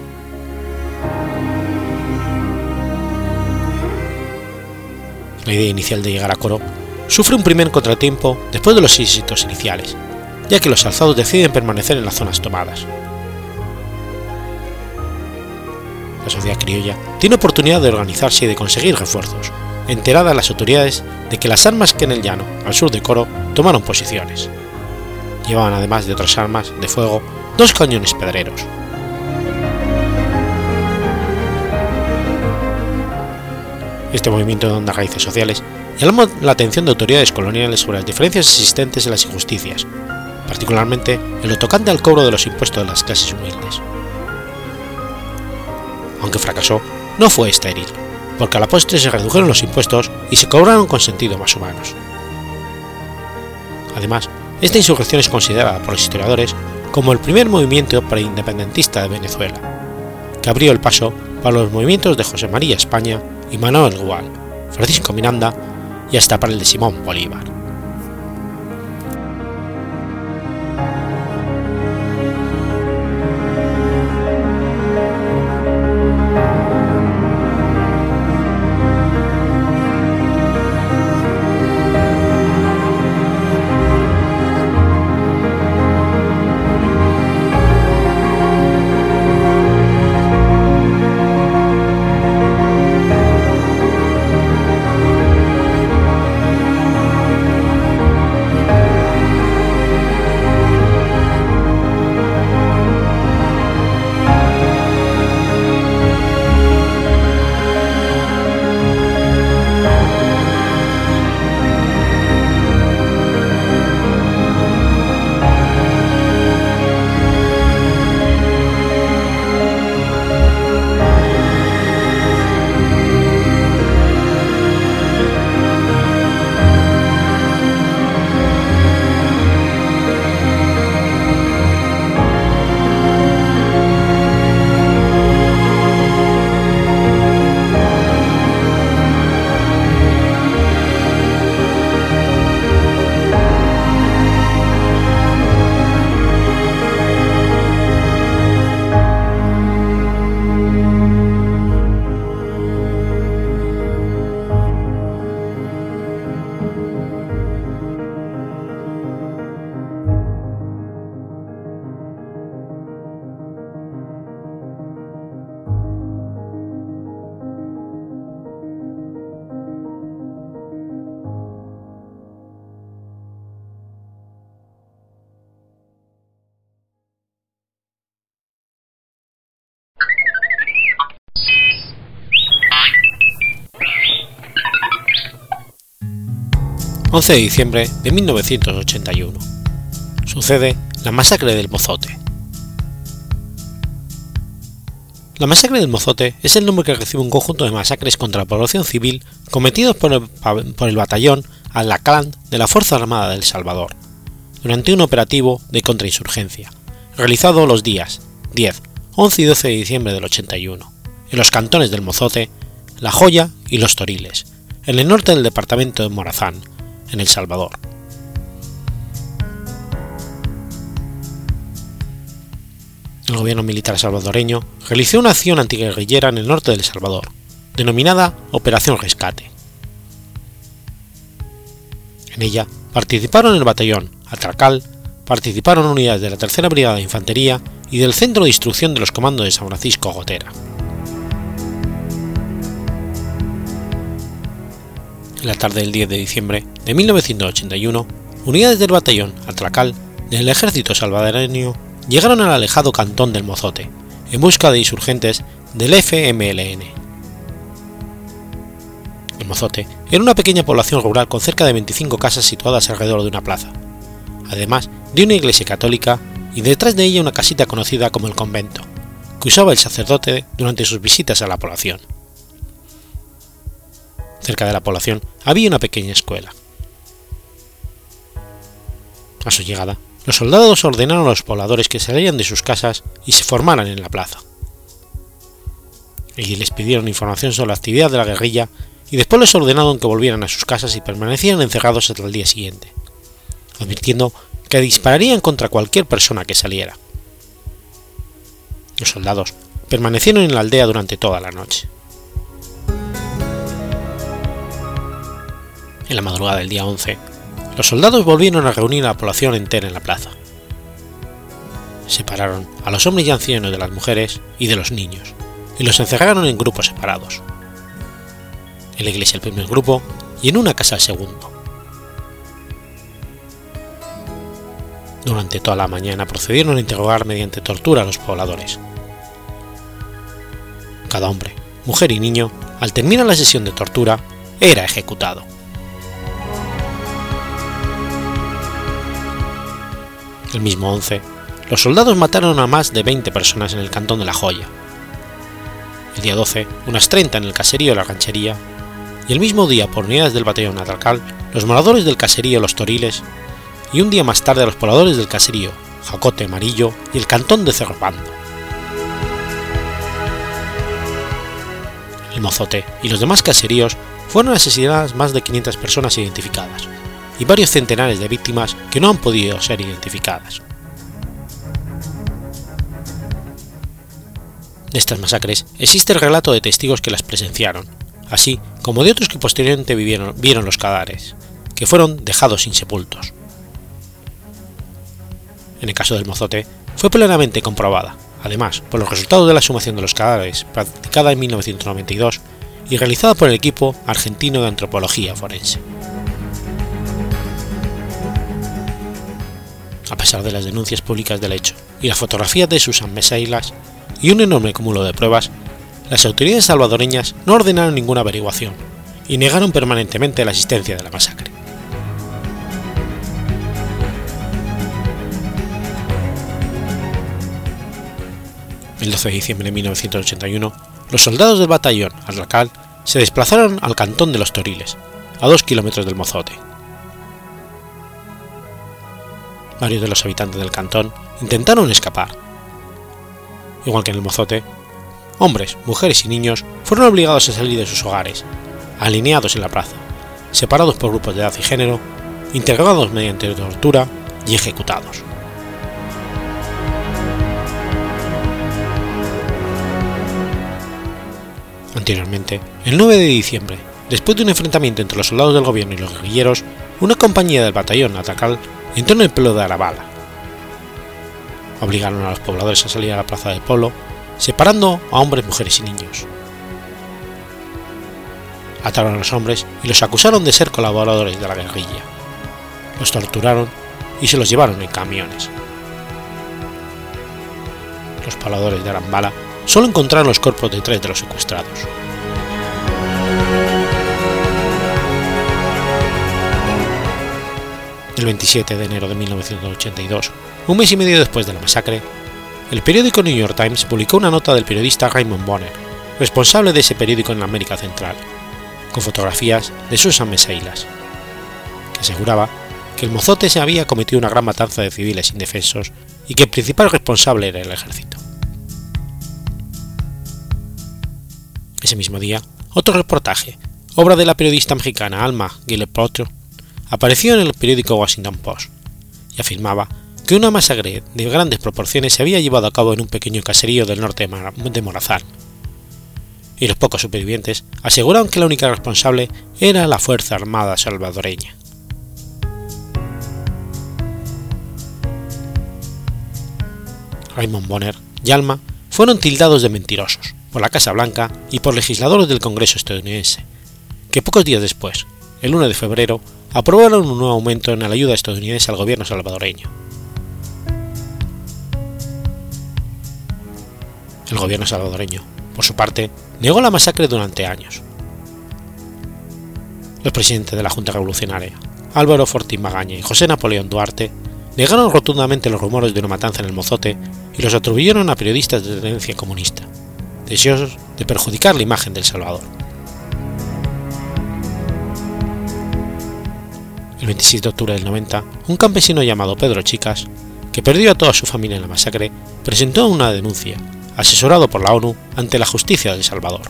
La idea inicial de llegar a Coro sufre un primer contratiempo después de los éxitos iniciales, ya que los alzados deciden permanecer en las zonas tomadas. La sociedad criolla tiene oportunidad de organizarse y de conseguir refuerzos, enteradas las autoridades de que las armas que en el llano, al sur de Coro, tomaron posiciones. Llevaban además de otras armas de fuego dos cañones pedreros. Este movimiento de hondas raíces sociales llamó la atención de autoridades coloniales sobre las diferencias existentes en las injusticias, particularmente en lo tocante al cobro de los impuestos de las clases humildes. Aunque fracasó, no fue estéril, porque a la postre se redujeron los impuestos y se cobraron con sentido más humanos. Además, esta insurrección es considerada por los historiadores como el primer movimiento preindependentista de Venezuela, que abrió el paso para los movimientos de José María España y Manuel Gual, Francisco Miranda y hasta para el de Simón Bolívar. once de diciembre de mil novecientos ochenta y uno. Sucede la masacre del Mozote. La masacre del Mozote es el nombre que recibe un conjunto de masacres contra la población civil cometidos por el, por el batallón Al-Lacland de la Fuerza Armada de El Salvador, durante un operativo de contrainsurgencia, realizado los días diez, once y doce de diciembre del ochenta y uno, en los cantones del Mozote, La Joya y Los Toriles, en el norte del departamento de Morazán, en El Salvador. El gobierno militar salvadoreño realizó una acción antiguerrillera en el norte de El Salvador, denominada Operación Rescate. En ella participaron el batallón Atracal, participaron unidades de la tercera Brigada de Infantería y del Centro de Instrucción de los Comandos de San Francisco Gotera. En la tarde del diez de diciembre de mil novecientos ochenta y uno, unidades del batallón Atracal del ejército salvadoreño llegaron al alejado cantón del Mozote, en busca de insurgentes del F M L N. El Mozote era una pequeña población rural con cerca de veinticinco casas situadas alrededor de una plaza, además de una iglesia católica y detrás de ella una casita conocida como el convento, que usaba el sacerdote durante sus visitas a la población. Cerca de la población había una pequeña escuela. A su llegada, los soldados ordenaron a los pobladores que salieran de sus casas y se formaran en la plaza. Allí les pidieron información sobre la actividad de la guerrilla y después les ordenaron que volvieran a sus casas y permanecieran encerrados hasta el día siguiente, advirtiendo que dispararían contra cualquier persona que saliera. Los soldados permanecieron en la aldea durante toda la noche. En la madrugada del día once, los soldados volvieron a reunir a la población entera en la plaza. Separaron a los hombres y ancianos de las mujeres y de los niños, y los encerraron en grupos separados. En la iglesia el primer grupo y en una casa el segundo. Durante toda la mañana procedieron a interrogar mediante tortura a los pobladores. Cada hombre, mujer y niño, al terminar la sesión de tortura, era ejecutado. El mismo once, los soldados mataron a más de veinte personas en el cantón de La Joya. El día doce, unas treinta en el caserío de La Ranchería, y el mismo día, por unidades del batallón Atracal, los moradores del caserío Los Toriles, y un día más tarde a los pobladores del caserío Jacote Amarillo y el cantón de Cerro Bando. El Mozote y los demás caseríos fueron asesinadas más de quinientas personas identificadas, y varios centenares de víctimas que no han podido ser identificadas. De estas masacres existe el relato de testigos que las presenciaron, así como de otros que posteriormente vivieron, vieron los cadáveres, que fueron dejados insepultos. En el caso del Mozote, fue plenamente comprobada, además, por los resultados de la exhumación de los cadáveres practicada en mil novecientos noventa y dos y realizada por el equipo argentino de antropología forense. A pesar de las denuncias públicas del hecho y las fotografías de Susan Meseilas y un enorme cúmulo de pruebas, las autoridades salvadoreñas no ordenaron ninguna averiguación y negaron permanentemente la existencia de la masacre. El doce de diciembre de mil novecientos ochenta y uno, los soldados del batallón Atracal se desplazaron al cantón de Los Toriles, a dos kilómetros del Mozote. Varios de los habitantes del cantón intentaron escapar. Igual que en el Mozote, hombres, mujeres y niños fueron obligados a salir de sus hogares, alineados en la plaza, separados por grupos de edad y género, interrogados mediante tortura y ejecutados. Anteriormente, el nueve de diciembre, después de un enfrentamiento entre los soldados del gobierno y los guerrilleros, una compañía del batallón Atracal entró en el pueblo de Arabala. Obligaron a los pobladores a salir a la plaza del pueblo, separando a hombres, mujeres y niños. Ataron a los hombres y los acusaron de ser colaboradores de la guerrilla. Los torturaron y se los llevaron en camiones. Los pobladores de Arambala solo encontraron los cuerpos de tres de los secuestrados. El veintisiete de enero de mil novecientos ochenta y dos, un mes y medio después de la masacre, el periódico New York Times publicó una nota del periodista Raymond Bonner, responsable de ese periódico en la América Central, con fotografías de Susan Meseilas, que aseguraba que el mozote se había cometido una gran matanza de civiles indefensos y que el principal responsable era el ejército. Ese mismo día, otro reportaje, obra de la periodista mexicana Alma Guillepotro, apareció en el periódico Washington Post y afirmaba que una masacre de grandes proporciones se había llevado a cabo en un pequeño caserío del norte de Morazán, y los pocos supervivientes aseguraron que la única responsable era la Fuerza Armada salvadoreña. Raymond Bonner y Alma fueron tildados de mentirosos por la Casa Blanca y por legisladores del Congreso estadounidense, que pocos días después, el uno de febrero, aprobaron un nuevo aumento en la ayuda estadounidense al gobierno salvadoreño. El gobierno salvadoreño, por su parte, negó la masacre durante años. Los presidentes de la Junta Revolucionaria, Álvaro Fortín Magaña y José Napoleón Duarte, negaron rotundamente los rumores de una matanza en el Mozote y los atribuyeron a periodistas de tendencia comunista, deseosos de perjudicar la imagen de El Salvador. El veintisiete de octubre del noventa, un campesino llamado Pedro Chicas, que perdió a toda su familia en la masacre, presentó una denuncia, asesorado por la ONU, ante la justicia de El Salvador.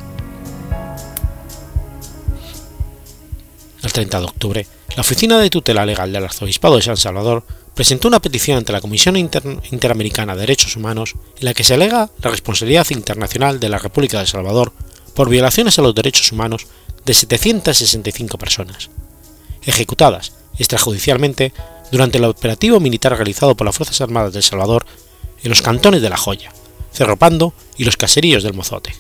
El treinta de octubre, la Oficina de Tutela Legal del Arzobispado de San Salvador presentó una petición ante la Comisión Inter- Interamericana de Derechos Humanos en la que se alega la responsabilidad internacional de la República de El Salvador por violaciones a los derechos humanos de setecientas sesenta y cinco personas, ejecutadas extrajudicialmente durante el operativo militar realizado por las Fuerzas Armadas de El Salvador en los cantones de La Joya, Cerro Pando y los caseríos del Mozote.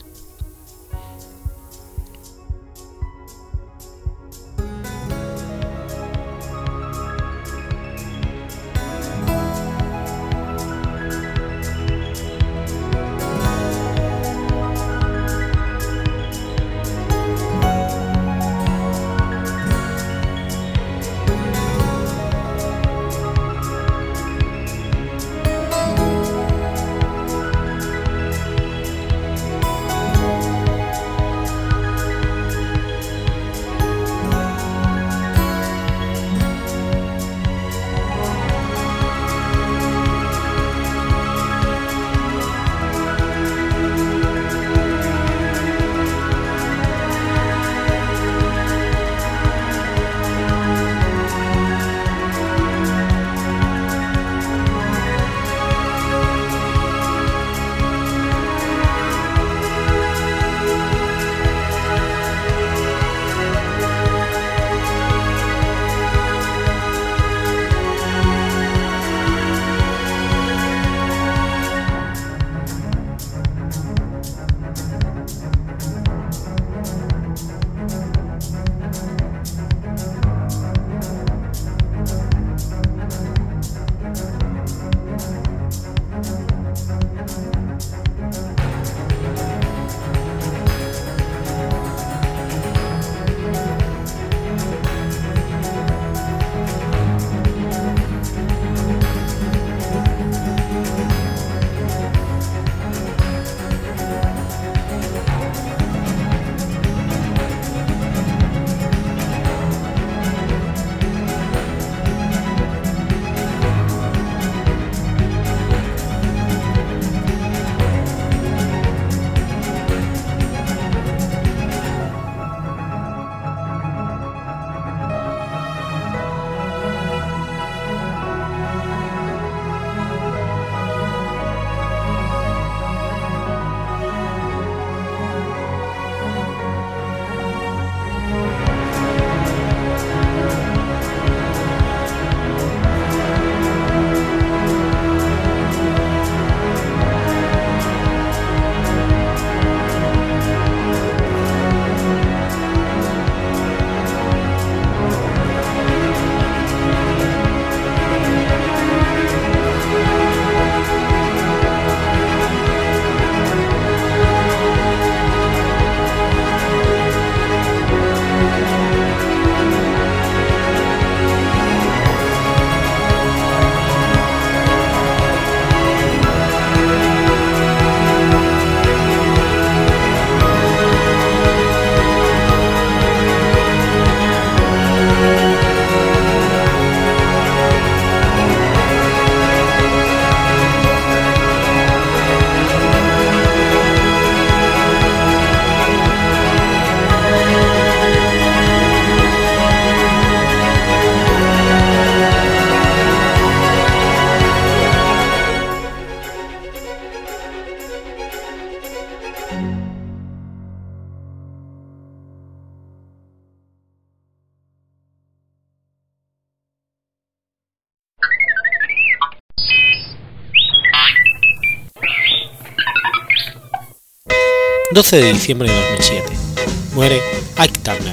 doce de diciembre de dos mil siete. Muere Ike Turner.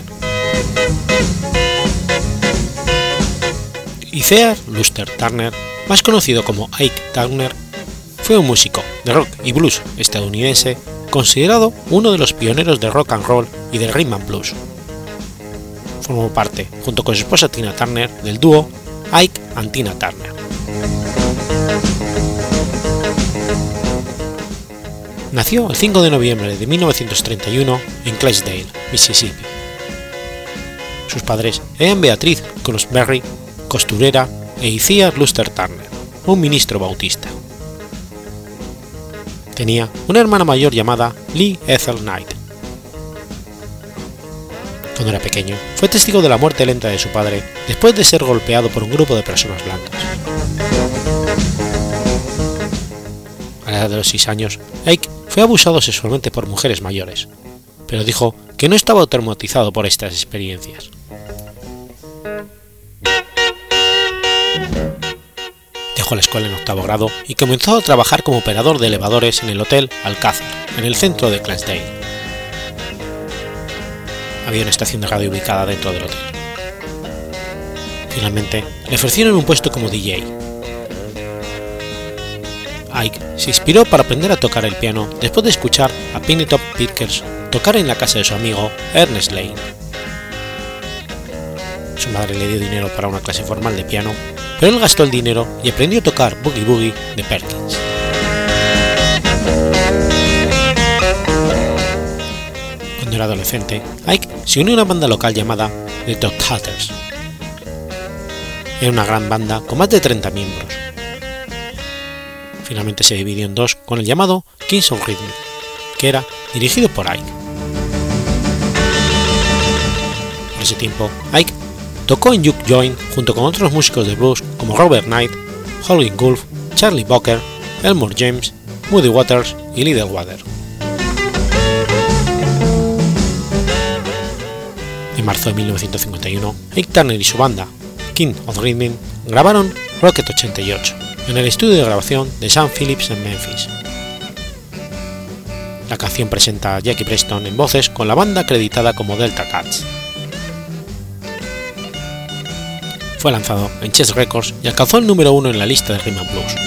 Isaiah Luster Turner, más conocido como Ike Turner, fue un músico de rock y blues estadounidense considerado uno de los pioneros del rock and roll y del rhythm and blues. Formó parte, junto con su esposa Tina Turner, del dúo Ike and Tina Turner. Nació el cinco de noviembre de mil novecientos treinta y uno en Clydesdale, Mississippi. Sus padres eran Beatriz Crosberry, costurera, e Isaiah Luster Turner, un ministro bautista. Tenía una hermana mayor llamada Lee Ethel Knight. Cuando era pequeño, fue testigo de la muerte lenta de su padre después de ser golpeado por un grupo de personas blancas. A la edad de los seis años, Ike fue abusado sexualmente por mujeres mayores, pero dijo que no estaba traumatizado por estas experiencias. Dejó la escuela en octavo grado y comenzó a trabajar como operador de elevadores en el Hotel Alcázar, en el centro de Clydesdale. Había una estación de radio ubicada dentro del hotel. Finalmente, le ofrecieron un puesto como D J. Ike se inspiró para aprender a tocar el piano después de escuchar a Peanut Pickers tocar en la casa de su amigo Ernest Lane. Su madre le dio dinero para una clase formal de piano, pero él gastó el dinero y aprendió a tocar Boogie Boogie de Perkins. Cuando era adolescente, Ike se unió a una banda local llamada The Dog Hatters. Era una gran banda con más de treinta miembros. Finalmente se dividió en dos con el llamado Kings of Rhythm, que era dirigido por Ike. Por ese tiempo, Ike tocó en Juke Joint junto con otros músicos de blues como Robert Knight, Howlin' Wolf, Charlie Booker, Elmore James, Muddy Waters y Little Water. En marzo de mil novecientos cincuenta y uno, Ike Turner y su banda, King of Rhythm, grabaron Rocket ochenta y ocho en el estudio de grabación de Sam Phillips en Memphis. La canción presenta a Jackie Preston en voces con la banda acreditada como Delta Cats. Fue lanzado en Chess Records y alcanzó el número uno en la lista de Rhythm and Blues.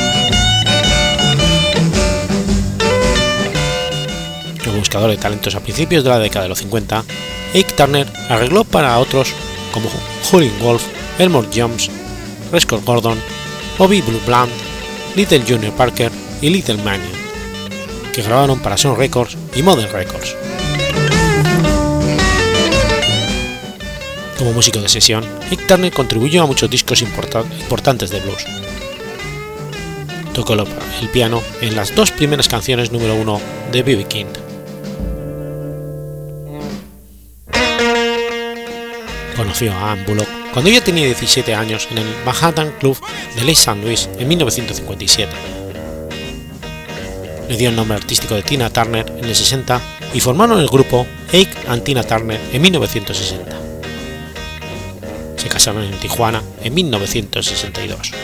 Como buscador de talentos a principios de la década de los cincuenta, Ike Turner arregló para otros como Howlin' Wolf, Elmore James, Rescott Gordon, Bobby Blue Bland, Little Junior Parker y Little Manion, que grabaron para Sun Records y Modern Records. Como músico de sesión, Ike Turner contribuyó a muchos discos import- importantes de blues. Tocó el piano en las dos primeras canciones número uno de B B King. Conoció a Ann Bullock cuando ella tenía diecisiete años en el Manhattan Club de Lake Saint Louis en mil novecientos cincuenta y siete. Le dio el nombre artístico de Tina Turner en el sesenta y formaron el grupo Ike and Tina Turner en mil novecientos sesenta. Se casaron en Tijuana en mil novecientos sesenta y dos.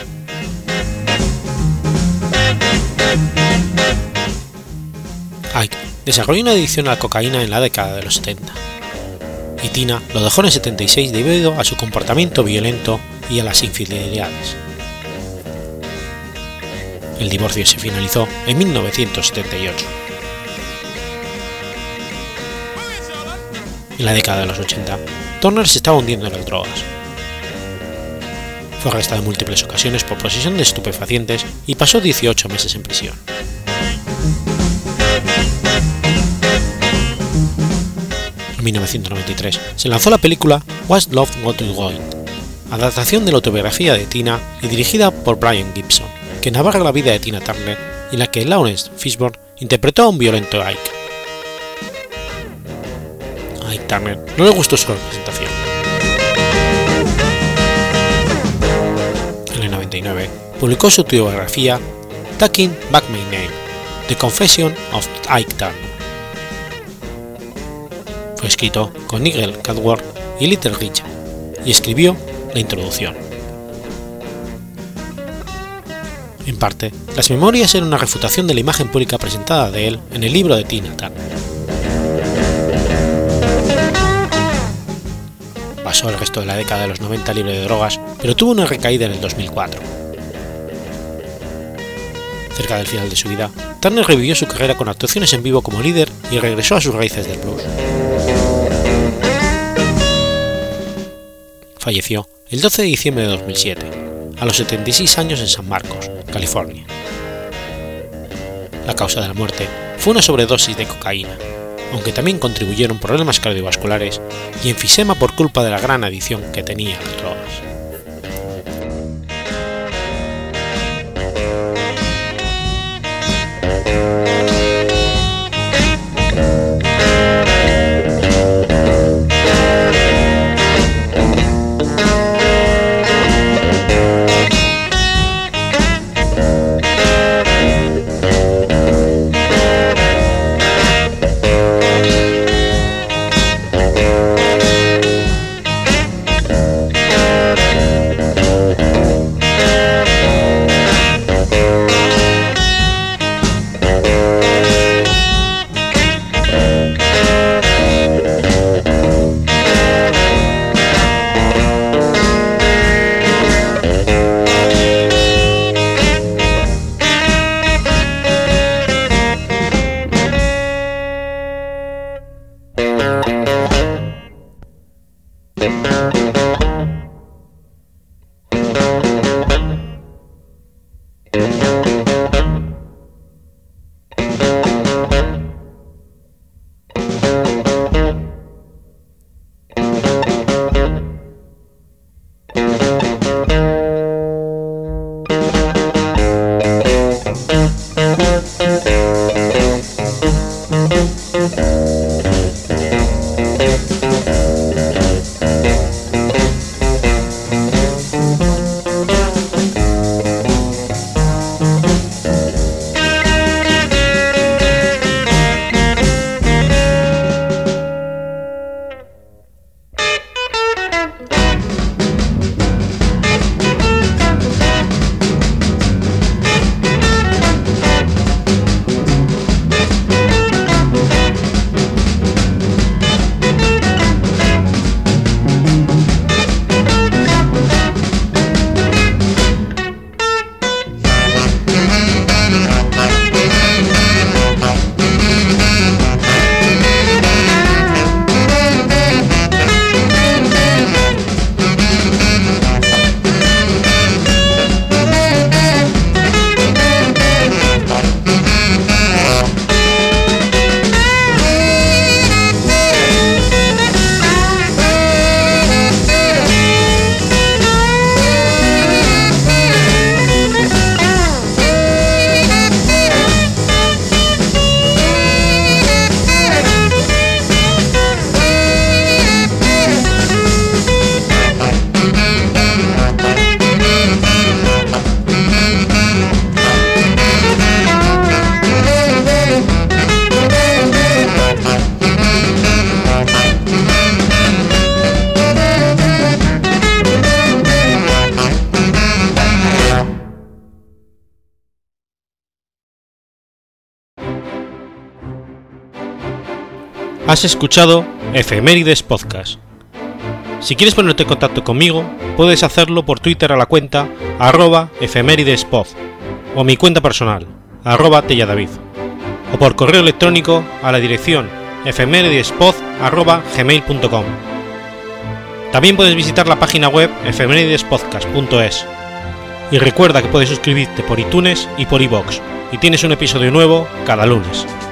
Ike desarrolló una adicción a la cocaína en la década de los setenta, y Tina lo dejó en el setenta y seis debido a su comportamiento violento y a las infidelidades. El divorcio se finalizó en mil novecientos setenta y ocho. En la década de los ochenta, Turner se estaba hundiendo en las drogas. Fue arrestado en múltiples ocasiones por posesión de estupefacientes y pasó dieciocho meses en prisión. En mil novecientos noventa y tres se lanzó la película What's Love Got to Do With It, adaptación de la autobiografía de Tina y dirigida por Brian Gibson, que narra la vida de Tina Turner y en la que Lawrence Fishburne interpretó a un violento Ike. A Ike Turner no le gustó su representación. En el noventa y nueve publicó su autobiografía Taking Back My Name, The Confession of Ike Turner. Fue escrito con Nigel Cadworth y Little Richard y escribió la introducción. En parte, las memorias eran una refutación de la imagen pública presentada de él en el libro de Tina Turner. Pasó el resto de la década de los noventa libre de drogas, pero tuvo una recaída en el dos mil cuatro. Cerca del final de su vida, Turner revivió su carrera con actuaciones en vivo como líder y regresó a sus raíces del blues. Falleció el doce de diciembre de dos mil siete, a los setenta y seis años en San Marcos, California. La causa de la muerte fue una sobredosis de cocaína, aunque también contribuyeron problemas cardiovasculares y enfisema por culpa de la gran adicción que tenía a las drogas. Has escuchado Efemérides Podcast. Si quieres ponerte en contacto conmigo, puedes hacerlo por Twitter a la cuenta arroba efemeridespod o a mi cuenta personal, arroba telladavid, o por correo electrónico a la dirección efemeridespod arroba gmail punto com. También puedes visitar la página web efemeridespodcast punto es. Y recuerda que puedes suscribirte por iTunes y por iVoox, y tienes un episodio nuevo cada lunes.